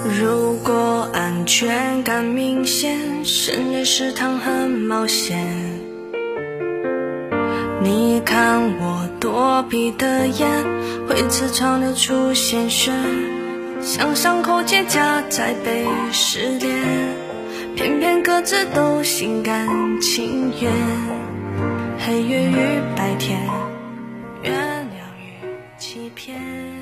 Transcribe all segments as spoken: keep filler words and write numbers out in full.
如果安全感明显，深夜食堂很冒险。你看我躲避的眼，会痔疮流出鲜血，像伤口结痂在被失恋，偏偏各自都心甘情愿。黑夜与白天，原谅与欺骗。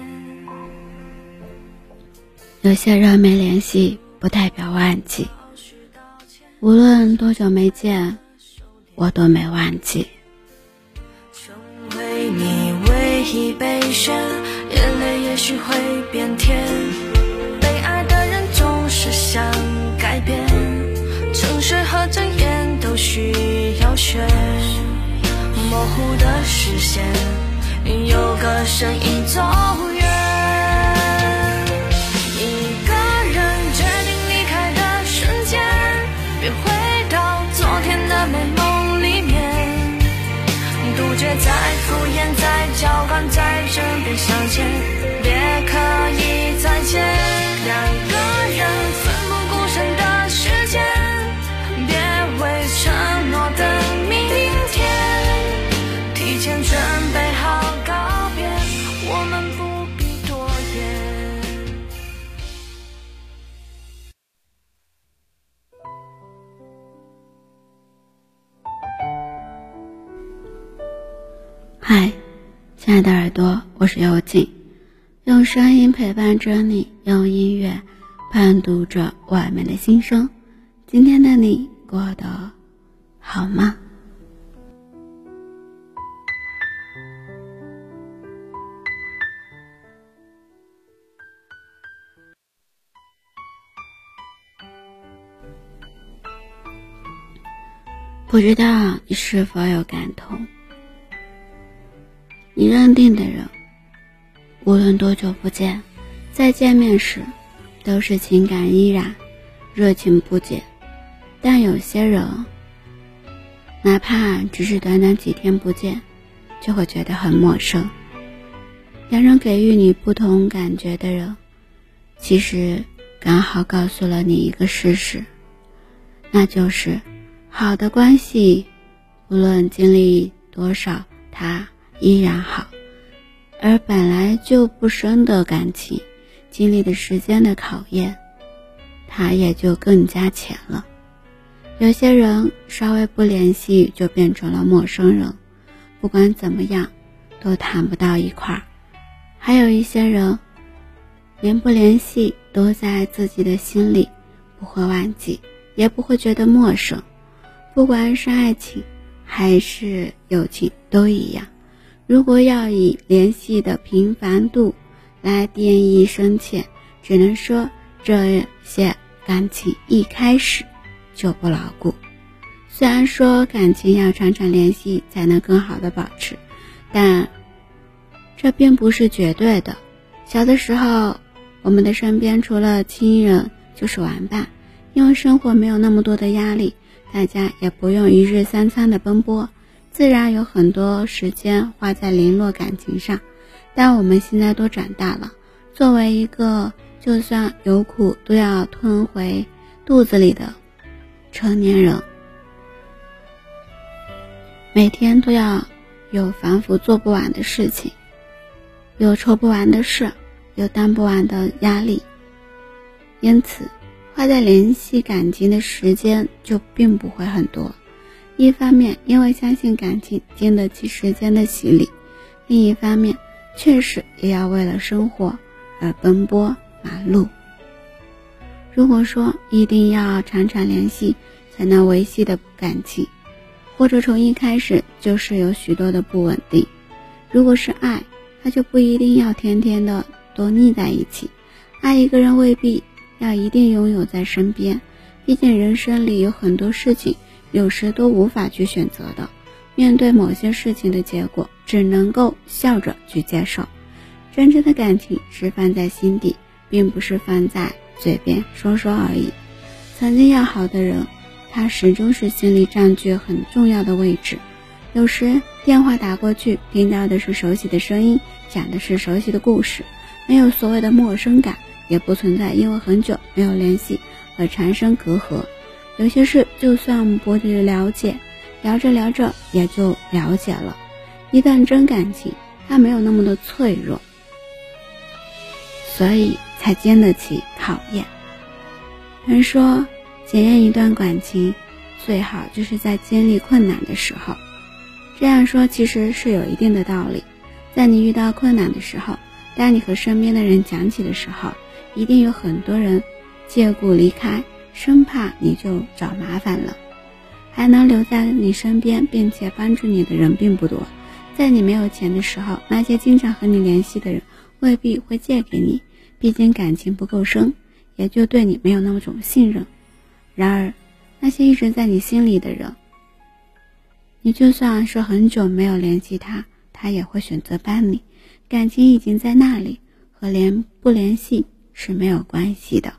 有些人没联系不代表忘记，无论多久没见，我都没忘记。 成为你唯一备选，眼泪也许会变甜，被爱的人总是想改变，诚实和睁眼都需要学，模糊的视线有个身影走远。别回到昨天的美梦里面，杜绝再敷衍，再浇灌，再争别相见，别刻意再见。两个人奋不顾身的时间，别为承诺等明天，提前准备好告别，我们不必多言。 嗨，亲爱的耳朵，我是幽静，用声音陪伴着你，用音乐伴读着外面的心声。今天的你过得好吗？不知道你是否有感同，你认定的人，无论多久不见，再见面时都是情感依然，热情不减。但有些人，哪怕只是短短几天不见，就会觉得很陌生。两人给予你不同感觉的人，其实刚好告诉了你一个事实，那就是好的关系，无论经历多少，它依然好，而本来就不深的感情，经历的时间的考验，它也就更加浅了。有些人稍微不联系就变成了陌生人，不管怎么样都谈不到一块儿。还有一些人连不联系都在自己的心里，不会忘记，也不会觉得陌生。不管是爱情还是友情都一样，如果要以联系的频繁度来定义深切，只能说这些感情一开始就不牢固。虽然说感情要常常联系才能更好的保持，但这并不是绝对的。小的时候，我们的身边除了亲人就是玩伴，因为生活没有那么多的压力，大家也不用一日三餐的奔波，自然有很多时间花在联络感情上。但我们现在都长大了，作为一个就算有苦都要吞回肚子里的成年人，每天都要有反复做不完的事情，有抽不完的事，有担不完的压力，因此花在联系感情的时间就并不会很多。一方面因为相信感情经得起时间的洗礼，另一方面确实也要为了生活而奔波忙碌。如果说一定要常常联系才能维系的感情，或者从一开始就是有许多的不稳定，如果是爱，它就不一定要天天的都腻在一起。爱一个人未必要一定拥有在身边，毕竟人生里有很多事情有时都无法去选择的，面对某些事情的结果只能够笑着去接受。真正的感情是放在心底，并不是放在嘴边说说而已。曾经要好的人，他始终是心里占据很重要的位置。有时电话打过去，听到的是熟悉的声音，讲的是熟悉的故事，没有所谓的陌生感， 也不存在因为很久没有联系而产生隔阂。有些事就算不去了解，聊着聊着也就了解了。一段真感情，它没有那么的脆弱，所以才经得起考验。人说，检验一段感情，最好就是在经历困难的时候。这样说其实是有一定的道理。在你遇到困难的时候，当你和身边的人讲起的时候，一定有很多人借故离开，生怕你就找麻烦了。还能留在你身边并且帮助你的人并不多。在你没有钱的时候，那些经常和你联系的人未必会借给你，毕竟感情不够深，也就对你没有那种信任。然而那些一直在你心里的人，你就算是很久没有联系他，他也会选择帮你。感情已经在那里，和联不联系是没有关系的。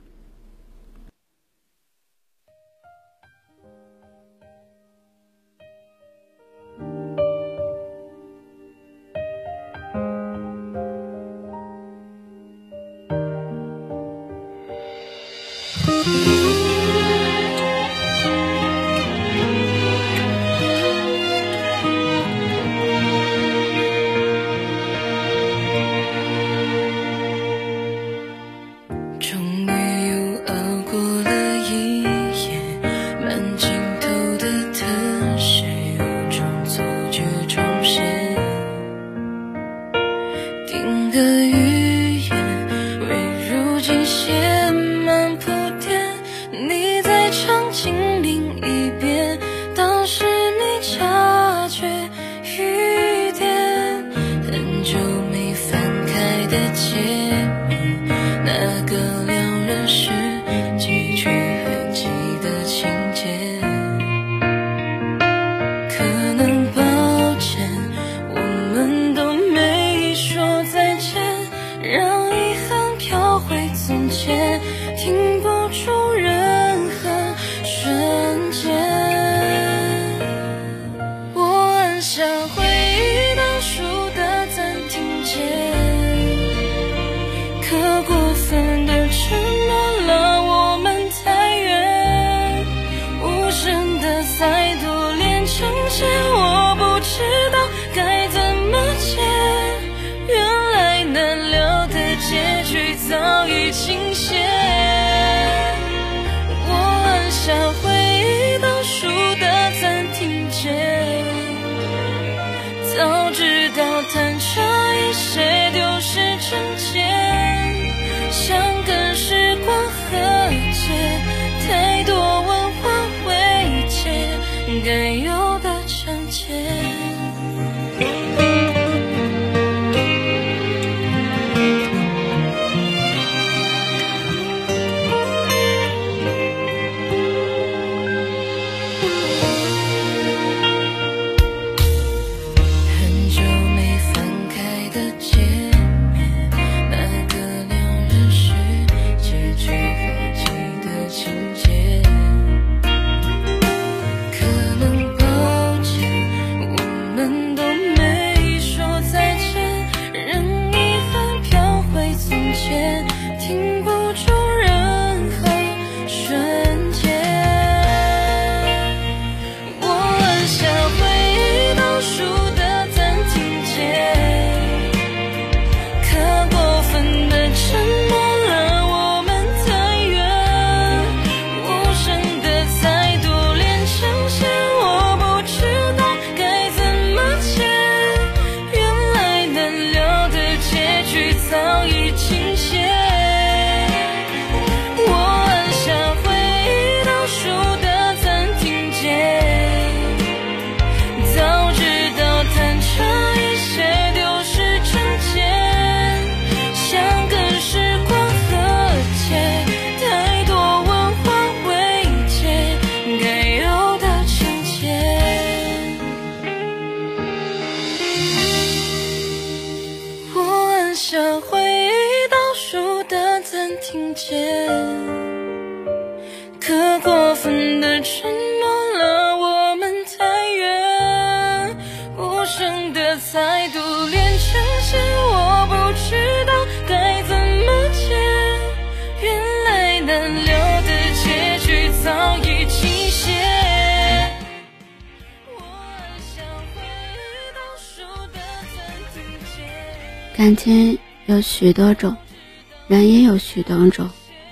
我不知道该怎么接，原来难料的结局早已倾斜。我按下回忆倒数的暂停键，早知道弹这一切丢失成茧，想跟时光和解，太多文化未解，该有的惩戒。很久没翻开的界面，那个两人世结局还记得情节。可能抱歉，我们都没说再见，任遗憾飘回从前，停不住任何瞬间。我按下回忆倒数的暂停键，可过分的沉默了我们太远，无声的再度连成线，我不知道该怎么接，原来难料的结局早已倾斜。我按下回忆倒数的暂停键，早知道弹这一切丢失成茧，想跟时光和解，太多文化未解，该有的惩戒。我按下回忆倒数的暂停键，可过分的沉默了我们太远，无声的再度连成线，我不知道该怎么接， 感情有许多种，人也有许多种。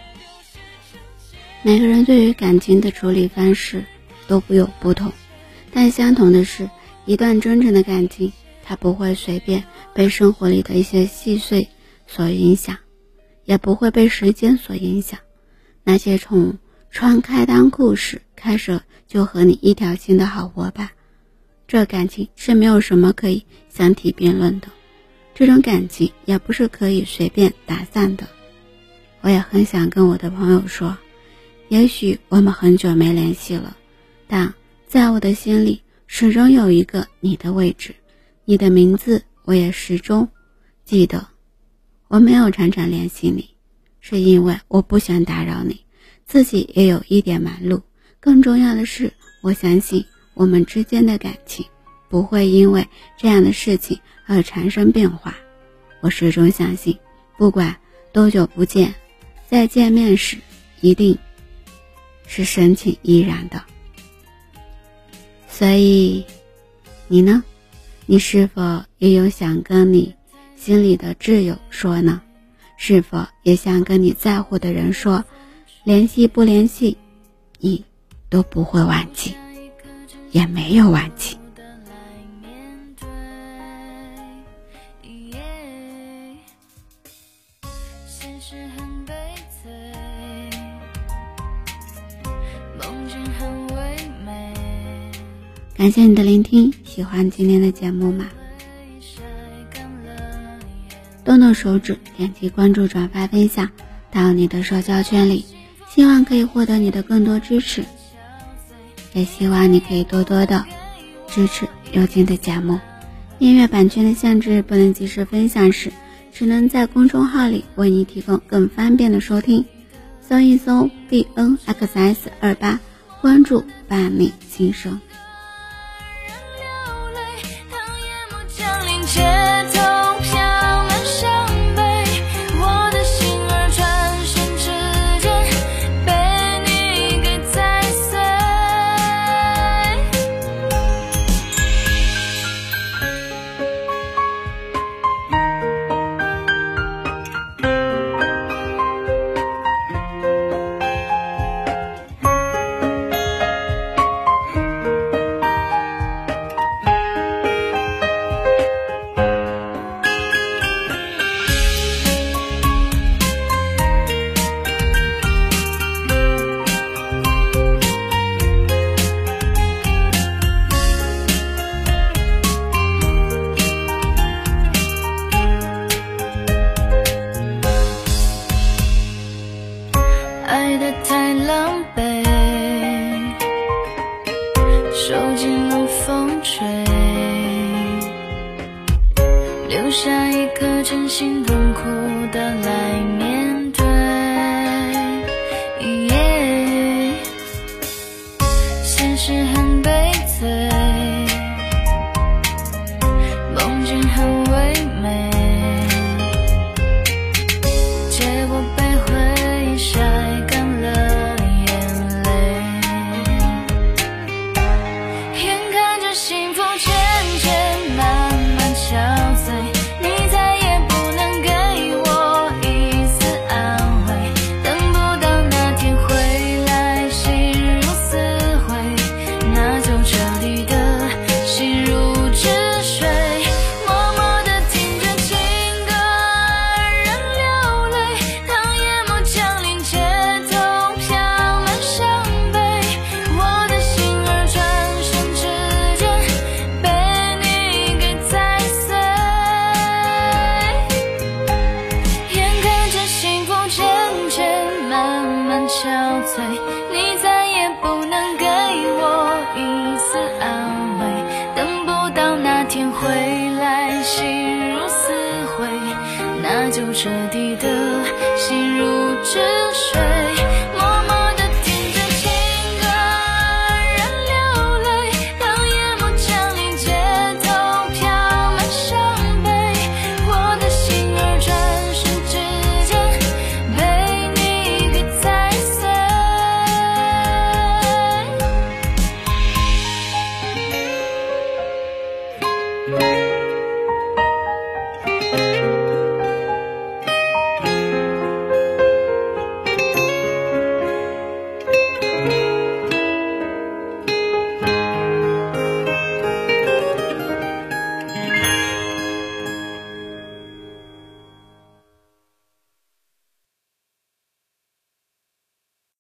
每个人对于感情的处理方式都不有不同，但相同的是，一段真诚的感情，它不会随便被生活里的一些细碎所影响，也不会被时间所影响。那些从窗开当故事开始就和你一条心的好伙伴，这感情是没有什么可以相提并论的，这种感情也不是可以随便打散的。我也很想跟我的朋友说，也许我们很久没联系了，但在我的心里始终有一个你的位置，你的名字我也始终记得。我没有常常联系你，是因为我不想打扰你，自己也有一点忙碌。更重要的是，我相信我们之间的感情不会因为这样的事情而产生变化。我始终相信，不管多久不见，再见面时一定是深情依然的。所以你呢？你是否也有想跟你心里的挚友说呢？是否也想跟你在乎的人说，联系不联系你都不会忘记，也没有忘记。感谢你的聆听，喜欢今天的节目吗？动动手指点击关注转发分享到你的社交圈里，希望可以获得你的更多支持，也希望你可以多多的支持有劲的节目。音乐版权的限制不能及时分享时，只能在公众号里为你提供更方便的收听。搜一搜 B N X S 二八， 关注伴你心声。 爱得太狼狈，受尽了风吹，留下一颗真心痛苦的来面对。yeah, 现实很悲催，梦境很唯美，结果被回忆晒干了眼泪，眼看着幸福渐渐慢慢憔悴，你再也不能给我一丝安慰，等不到那天回来心如死灰，那就彻底的心如止水，默默地听着情歌让流泪，当夜幕降临街头飘满伤悲，我的心儿转瞬之间被你给踩碎，眼看着幸福渐渐慢慢憔悴，你再也不能给我一丝安慰，等不到那天回来心如死灰，那就彻底的心如止水，默默地听着情歌让流泪，当夜幕降临街头飘满伤悲，我的心儿转瞬之间被你给踩碎。